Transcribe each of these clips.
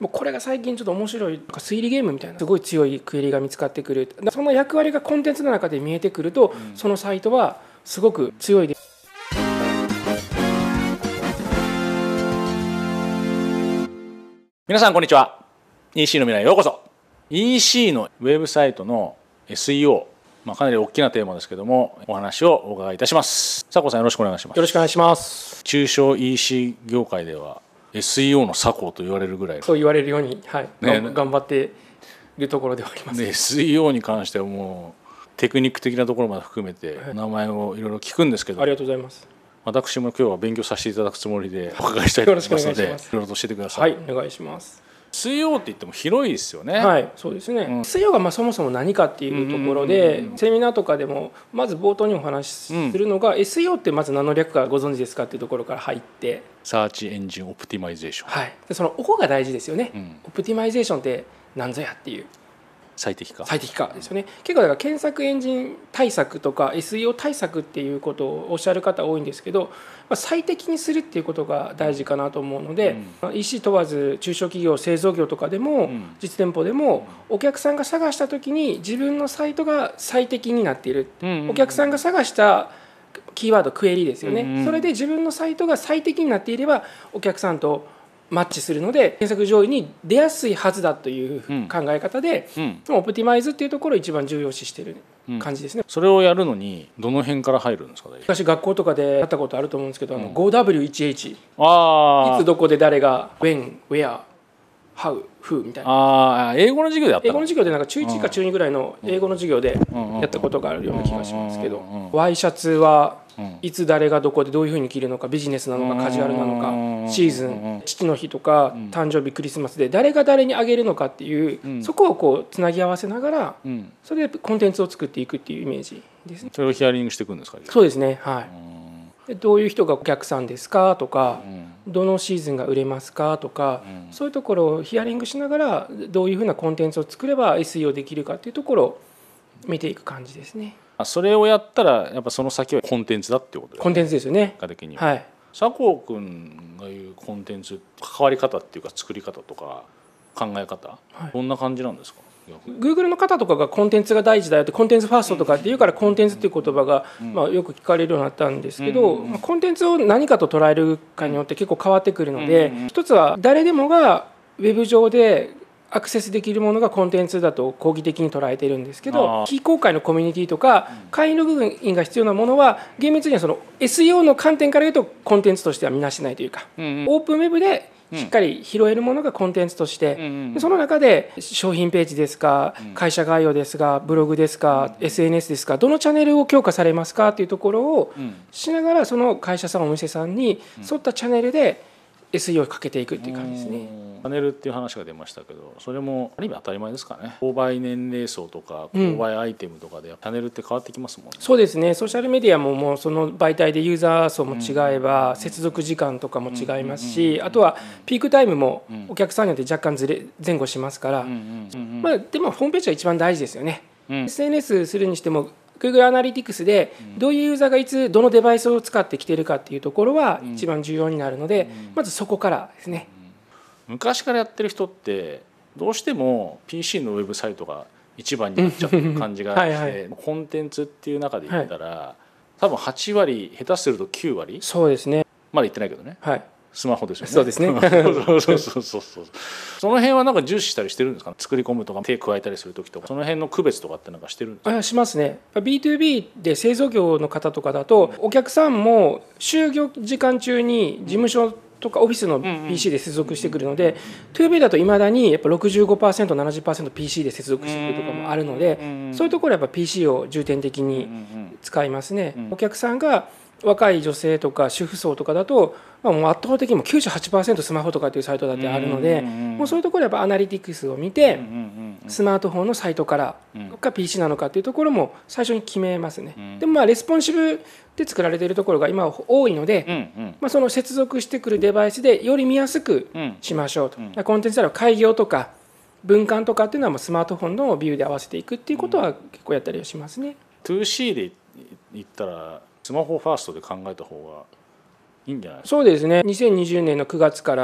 もうこれが最近ちょっと面白い推理ゲームみたいなすごい強いクエリが見つかってくる。その役割がコンテンツの中で見えてくると、そのサイトはすごく強いです。 皆さんこんにちは。 EC の未来へようこそ。 EC のウェブサイトの SEO、かなり大きなテーマですけども、お話をお伺いいたします。佐藤さん、よろしくお願いします。 よろしくお願いします。 中小 EC 業界では SEO の作法と言われるぐらい、 そう言われるように、頑張っているところではあります。 SEO に関してはもうテクニック的なところまで含めて名前をいろいろ聞くんですけど、 ありがとうございます。 私も今日は勉強させていただくつもりでお伺いしたいと思いますので、いろいろと教えてください。 はい、お願いします。 SEO って言っても広いですよね。 はい、そうですね。SEO がそもそも何かっていうところで、セミナーとかでもまず冒頭にお話しするのが、SEO ってまず何の略かご存知ですかっていうところから入って、 サーチエンジンオプティマイゼーション。 はい、でその「お」が大事ですよね。オプティマイゼーションって何ぞやっていう。 最適化ですよね。結構だから検索エンジン対策とか SEO 対策っていうことをおっしゃる方多いんですけど、最適にするっていうことが大事かなと思うので、EC 問わず中小企業製造業とかでも、実店舗でもお客さんが探した時に自分のサイトが最適になっている、お客さんが探したキーワードクエリですよね、それで自分のサイトが最適になっていればお客さんとマッチするので検索上位に出やすいはずだという考え方で、オプティマイズっていうところを一番重要視している感じですね。 それをやるのにどの辺から入るんですかね。 昔学校とかでやったことあると思うんですけど、5W1H、 いつどこで誰が When Where How Who みたいな、 英語の授業でやったの。 英語の授業でなんか中1か中2ぐらいの英語の授業でやったことがあるような気がしますけど、ワイシャツはいつ誰がどこでどういうふうに着るのか、ビジネスなのかカジュアルなのか、シーズン、父の日とか誕生日クリスマスで誰が誰にあげるのかっていう、そこをこうつなぎ合わせながら、それでコンテンツを作っていくっていうイメージですね。 それをヒアリングしていくんですか。 そうですね、はい。どういう人がお客さんですかとか、どのシーズンが売れますかとか、そういうところをヒアリングしながらどういうふうなコンテンツを作れば SEO できるかっていうところを見ていく感じですね。 それをやったらやっぱその先はコンテンツだっていうことですね。 コンテンツですよね。 結果的にはい。 佐藤君が言うコンテンツ関わり方っていうか作り方とか考え方、どんな感じなんですか。 Google の方とかがコンテンツが大事だよって、コンテンツファーストとかっていうからコンテンツっていう言葉がよく聞かれるようになったんですけど、コンテンツを何かと捉えるかによって結構変わってくるので、一つは誰でもがウェブ上でアクセスできるものがコンテンツだと講義的に捉えてるんですけど、非公開のコミュニティとか会員ログインが必要なものは厳密にはその SEO の観点から言うとコンテンツとしては見なしないというか、オープンウェブでしっかり拾えるものがコンテンツとして、その中で商品ページですか、会社概要ですか、ブログですか、SNS ですか、どのチャンネルを強化されますかっていうところをしながら、その会社さんお店さんに沿ったチャンネルで SEO をかけていくっていう感じですね。 チャンネルっていう話が出ましたけど、それもある意味当たり前ですかね。購買年齢層とか購買アイテムとかでチャンネルって変わってきますもんね。 そうですね。ソーシャルメディアももうその媒体でユーザー層も違えば、接続時間とかも違いますし、あとはピークタイムもお客さんによって若干前後しますから、でもホームページが一番大事ですよね。SNS するにしてもGoogle アナリティクスでどういうユーザーがいつどのデバイスを使ってきてるかっていうところは一番重要になるので、まずそこからですね。 昔からやってる人ってどうしても PC のウェブサイトが一番になっちゃってる感じがあってコンテンツっていう中で言ったら、多分8割下手すると9割、 そうですね、 まだ言ってないけどね、スマホですよね。 そうですねその辺はなんか重視したりしてるんですか。作り込むとか手加えたりする時とか、その辺の区別とかってなんかしてるんですか。 しますね。 B2B で製造業の方とかだと、お客さんも就業時間中に事務所とかオフィスの PC で接続してくるので、2B だといまだにやっぱ 65%、70%PC で接続してくるとかもあるので、そういうところはやっぱ PC を重点的に使いますね。お客さんが若い女性とか主婦層とかだと、もう圧倒的にも 98% スマホとかっていうサイトだってあるので、もうそういうところやっぱアナリティクスを見て、スマートフォンのサイトからか PC なのかっていうところも最初に決めますね。でもレスポンシブで作られているところが今は多いので、その接続してくるデバイスでより見やすくしましょうと。コンテンツなら開業とか文館とかっていうのはもうスマートフォンのビューで合わせていくっていうことは結構やったりはしますね。 2C で言ったらスマホファーストで考えた方がいいんじゃないですか。 そうですね。2020年の9月から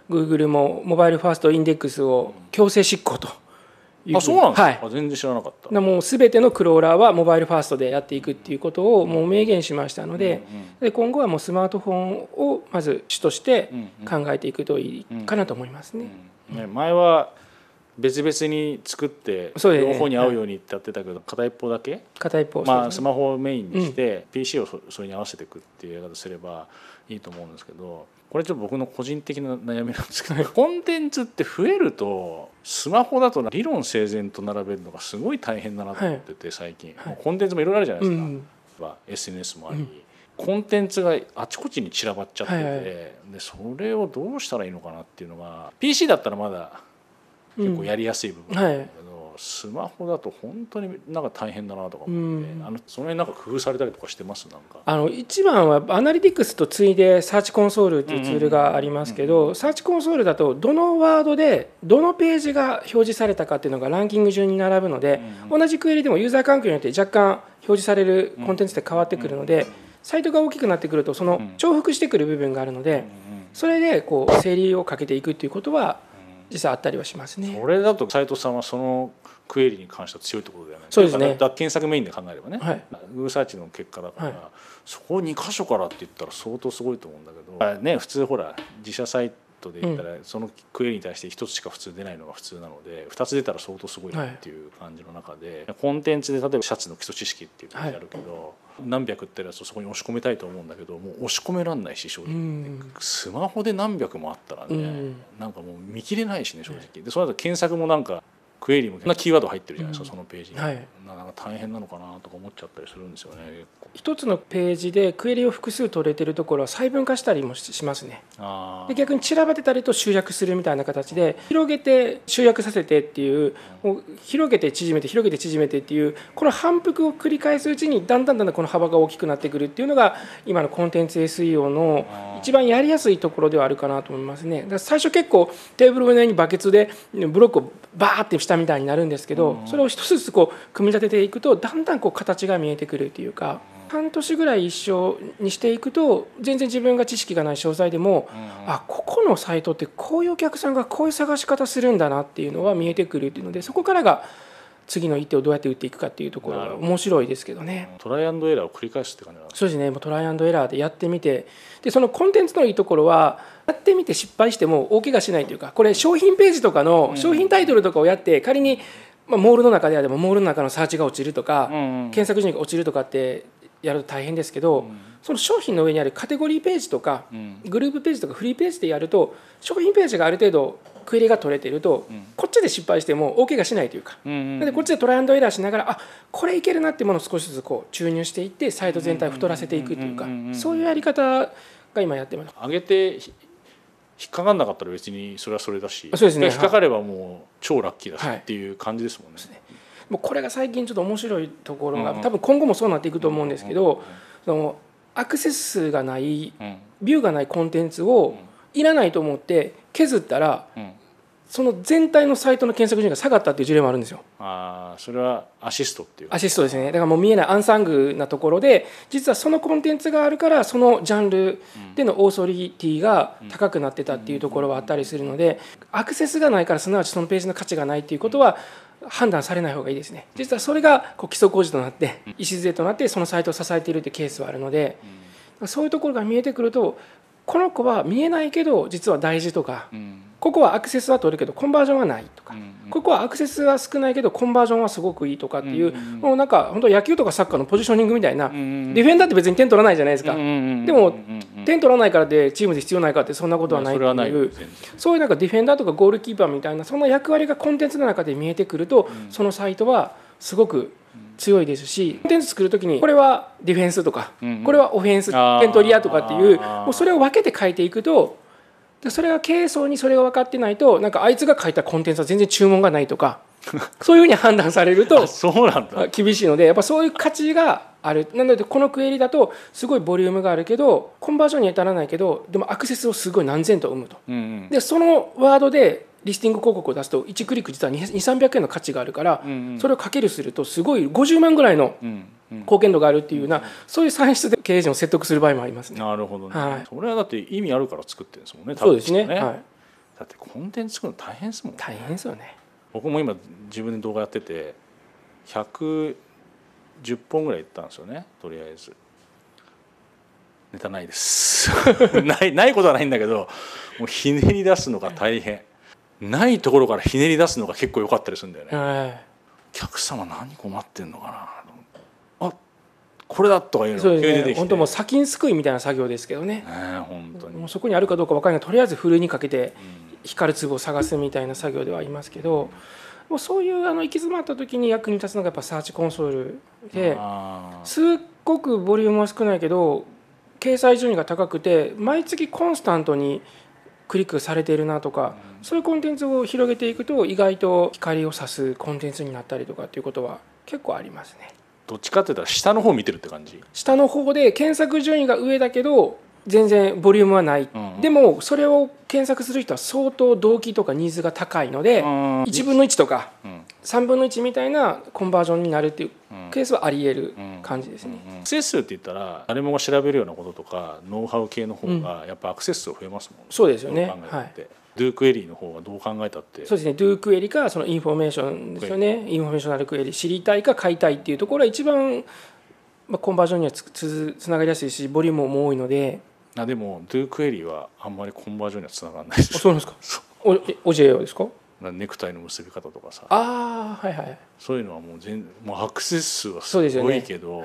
Google もモバイルファーストインデックスを強制執行という。 あ、そうなんですか、 はい、 全然知らなかった。 もう全てのクローラーはモバイルファーストでやっていくっていうことをもう明言しましたので、今後はもうスマートフォンをまず主として考えていくといいかなと思いますね。 前は別々に作って両方に合うようにってやってたけど、片一方だけ、スマホをメインにして PC をそれに合わせていくっていうやり方すればいいと思うんですけど、これちょっと僕の個人的な悩みなんですけど、コンテンツって増えるとスマホだと理論整然と並べるのがすごい大変だなと思ってて、最近コンテンツもいろいろあるじゃないですか、SNS もあり、コンテンツがあちこちに散らばっちゃってて、でそれをどうしたらいいのかなっていうのが PC だったらまだ結構やりやすい部分なんだけど、スマホだと本当になんか大変だなとか思って、その辺なんか工夫されたりとかしてます？なんか一番はアナリティクスと次いでサーチコンソールっていうツールがありますけど、サーチコンソールだとどのワードでどのページが表示されたかっていうのがランキング順に並ぶので、同じクエリでもユーザー環境によって若干表示されるコンテンツって変わってくるので、サイトが大きくなってくるとその重複してくる部分があるので、それでこう整理をかけていくっていうことは実際あったりはしますね。 それだと斉藤さんはそのクエリに関しては強いところだよね。 そうですね。 検索メインで考えればね、Google サーチの結果だから、そこ2箇所からって言ったら相当すごいと思うんだけど、ね、普通ほら自社サイトで言ったらそのクエリに対して1つしか普通出ないのが普通なので、2つ出たら相当すごいなっていう感じの中で、コンテンツで例えばシャツの基礎知識っていう感じあるけど、何百ってやつをそこに押し込めたいと思うんだけど、もう押し込めらんないし正直、スマホで何百もあったらね、なんかもう見切れないしね正直で、その後検索もなんかクエリもなキーワード入ってるじゃないですか、そのページに、なんか大変なのかなとか思っちゃったりするんですよね。 一つのページでクエリを複数取れてるところは細分化したりもしますね。で逆に散らばってたりと集約するみたいな形で広げて集約させてっていう、もう広げて縮めて広げて縮めてっていうこの反復を繰り返すうちにだんだんこの幅が大きくなってくるっていうのが今のコンテンツ SEO の一番やりやすいところではあるかなと思いますね。だから最初結構テーブルの上にバケツでブロックをバーってしたみたいになるんですけど、それを一つずつこう組み立てていくとだんだんこう形が見えてくるというか、半年ぐらい一緒にしていくと全然自分が知識がない詳細でも、ここのサイトってこういうお客さんがこういう探し方するんだなっていうのは見えてくるっていうので、そこからが次の一手をどうやって打っていくかっていうところが面白いですけどね。 トライアンドエラーを繰り返すって感じなんですか？ そうですね、もうトライアンドエラーでやってみて、でそのコンテンツのいいところはやってみて失敗しても大怪我しないというか、これ商品ページとかの商品タイトルとかをやって仮にモールの中ではでもモールの中のサーチが落ちるとか、検索順位が落ちるとかってやると大変ですけど、その商品の上にあるカテゴリーページとか、グループページとかフリーページでやると、商品ページがある程度クエリが取れていると、こっちで失敗しても大怪我しないというか、でこっちでトライアンドエラーしながらこれいけるなっていうものを少しずつこう注入していってサイト全体を太らせていくというか、そういうやり方が今やってます。 上げて引っかかんなかったら別にそれはそれだし、 そうですね、 引っかかればもう超ラッキーだしっていう感じですもんね。 もうこれが最近ちょっと面白いところが、多分今後もそうなっていくと思うんですけど、そのアクセス数がない、ビューがないコンテンツをいらないと思って削ったら、その全体のサイトの検索順位が下がったっていう事例もあるんですよ。 それはアシストっていうアシストですね。だからもう見えないアンサングなところで、実はそのコンテンツがあるからそのジャンルでのオーソリティが高くなってたっていうところはあったりするので、アクセスがないからすなわちそのページの価値がないっていうことは判断されない方がいいですね。実はそれがこう基礎工事となって礎となってそのサイトを支えているというケースはあるので、そういうところが見えてくると、この子は見えないけど実は大事とか、ここはアクセスは取るけどコンバージョンはないとか、ここはアクセスは少ないけどコンバージョンはすごくいいとかっていう、もうなんか本当野球とかサッカーのポジショニングみたいな、ディフェンダーって別に点取らないじゃないですか。でも点取らないからでチームで必要ないかってそんなことはないっていう、そういうなんかディフェンダーとかゴールキーパーみたいなその役割がコンテンツの中で見えてくると、そのサイトはすごく強いですし、コンテンツ作るときにこれはディフェンスとか、これはオフェンス点取り屋とかっていう、もうそれを分けて書いていくと、それが経営層にそれが分かってないと、なんかあいつが書いたコンテンツは全然注文がないとかそういうふうに判断されると厳しいので、やっぱそういう価値がある。なのでこのクエリだとすごいボリュームがあるけどコンバージョンに至らないけど、でもアクセスをすごい何千と生むと、でそのワードでリスティング広告を出すと1クリック実は200-300円の価値があるから、それをかけるするとすごい50万ぐらいの貢献度があるっていうような、そういう算出で経営陣を説得する場合もありますね。 なるほどね、それはだって意味あるから作ってるんですもんね。 そうですね、 だってコンテンツ作るの大変ですもんね。 大変ですよね。 僕も今自分で動画やってて110本ぐらいいったんですよね。とりあえずネタないですないことはないんだけど、もうひねり出すのが大変。ないところからひねり出すのが結構良かったりするんだよね。お客様何困ってんのかな、あこれだとかいうのが急に出てきて、 本当もう砂金すくいみたいな作業ですけどね。 本当にもうそこにあるかどうか分からないけど、とりあえずふるいにかけて光る粒を探すみたいな作業ではありますけど、もうそういう行き詰まった時に役に立つのがやっぱサーチコンソールで、すっごくボリュームは少ないけど掲載順位が高くて毎月コンスタントにクリックされているなとか、そういうコンテンツを広げていくと意外と光を差すコンテンツになったりとかっていうことは結構ありますね。 どっちかって言ったら下の方見てるって感じ。 下の方で検索順位が上だけど全然ボリュームはない、でもそれを検索する人は相当動機とかニーズが高いので、1分の1とか3分の1みたいなコンバージョンになるっていうケースはあり得る感じですね。 アクセス数って言ったら誰もが調べるようなこととかノウハウ系の方がやっぱアクセス数増えますもんね。 そうですよね。 はい。ドゥクエリの方はどう考えたって、 そうですね。ドゥクエリかそのインフォメーションですよね。インフォメーショナルクエリ、知りたいか買いたいっていうところが一番コンバージョンにはつながりやすいしボリュームも多いので。 でもドゥクエリはあんまりコンバージョンにはつながらないです。 そうなんですか。おじえですか。 ネクタイの結び方とかさ、 はいはい、 そういうのはもうアクセス数はすごいけど、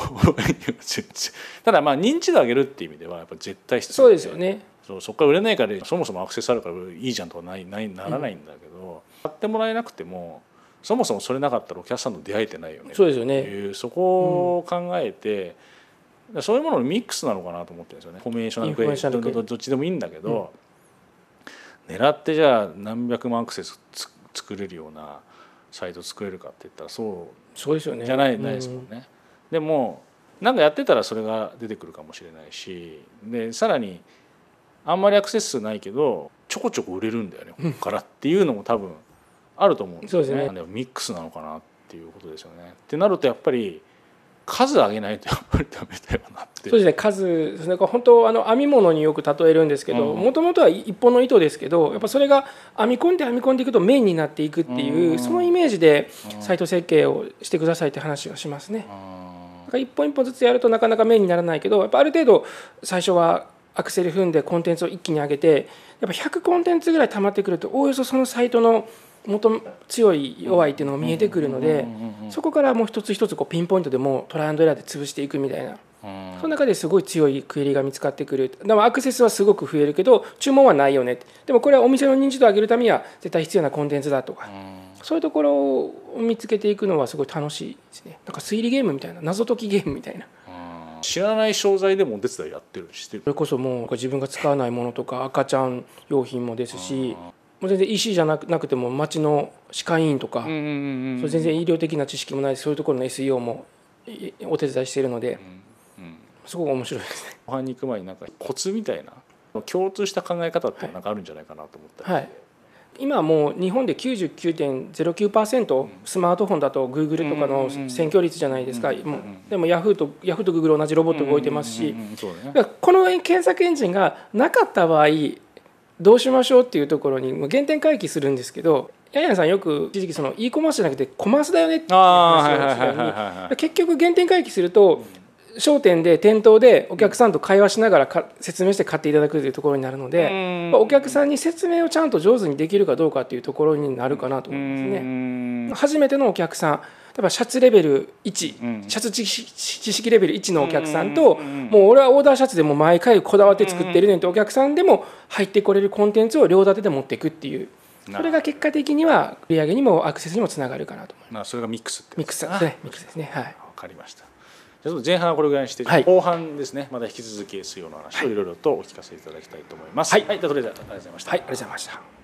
ただまあ認知度上げるっていう意味ではやっぱ絶対必要で、 そうですよね。 そこから売れないからそもそもアクセスあるからいいじゃんとかならないんだけど、買ってもらえなくてもそもそもそれなかったらお客さんと出会えてないよね。 そうですよね。 そこを考えて、そういうもののミックスなのかなと思ってるんですよね。インフォメーショナルクエリどっちでもいいんだけど、狙ってじゃあ何百万アクセス作れるようなサイト作れるかって言ったらそうですよね。 じゃないですもんね。でもなんかやってたらそれが出てくるかもしれないし、でさらにあんまりアクセス数ないけどちょこちょこ売れるんだよね、ここからっていうのも多分あると思うんですよね。そうですね。ミックスなのかなっていうことですよね。ってなるとやっぱり数上げないとやっぱりダメだよなって。 そうですね。数ですね。本当編み物によく例えるんですけど、もともとは一本の糸ですけど、やっぱそれが編み込んでいくと面になっていくっていう、そのイメージでサイト設計をしてくださいって話をしますね。一本一本ずつやるとなかなか面にならないけど、やっぱある程度最初はアクセル踏んでコンテンツを一気に上げて、やっぱ100コンテンツぐらい溜まってくるとおおよそそのサイトの強い弱いっていうのが見えてくるので、そこからもう一つ一つピンポイントでもトライアンドエラーで潰していくみたいな、その中ですごい強いクエリが見つかってくる。でもアクセスはすごく増えるけど注文はないよね、でもこれはお店の認知度を上げるためには絶対必要なコンテンツだとか、そういうところを見つけていくのはすごい楽しいですね。なんか推理ゲームみたいな、謎解きゲームみたいな。 知らない商材でもお手伝いやってるしてる。 それこそもう自分が使わないものとか赤ちゃん用品もですし、もう全然 EC じゃなくても町の歯科医院とか、それ全然医療的な知識もないそういうところの SEO もお手伝いしているので、すごく面白いですね。 後半に行く前になんかコツみたいな共通した考え方ってなんかあるんじゃないかなと思ったり、 今はもう日本で 99.09% スマートフォンだと Google とかの占拠率じゃないですか。でも Yahoo と Google 同じロボット動いてますし、この検索エンジンがなかった場合どうしましょうっていうところに原点回帰するんですけど、ヤヤンさんよく一時期その e コマースじゃなくてコマースだよねっていう話をしたように、結局原点回帰すると商店で店頭でお客さんと会話しながら説明して買っていただくというところになるので、お客さんに説明をちゃんと上手にできるかどうかというところになるかなと思いますね。初めてのお客さん、例えばシャツレベル1、シャツ知識レベル1のお客さんと、もう俺はオーダーシャツでも毎回こだわって作ってるねんとお客さんでも入ってこれるコンテンツを両立てで持っていくっていう、それが結果的には売り上げにもアクセスにもつながるかなと思います。 それがミックスってミックスですね。ミックスですね。はい。 わかりました。じゃあ前半はこれぐらいにして、後半ですね、まだ引き続きSEOの話をいろいろとお聞かせいただきたいと思います。はい、とりあえずありがとうございました。 はい、ありがとうございました。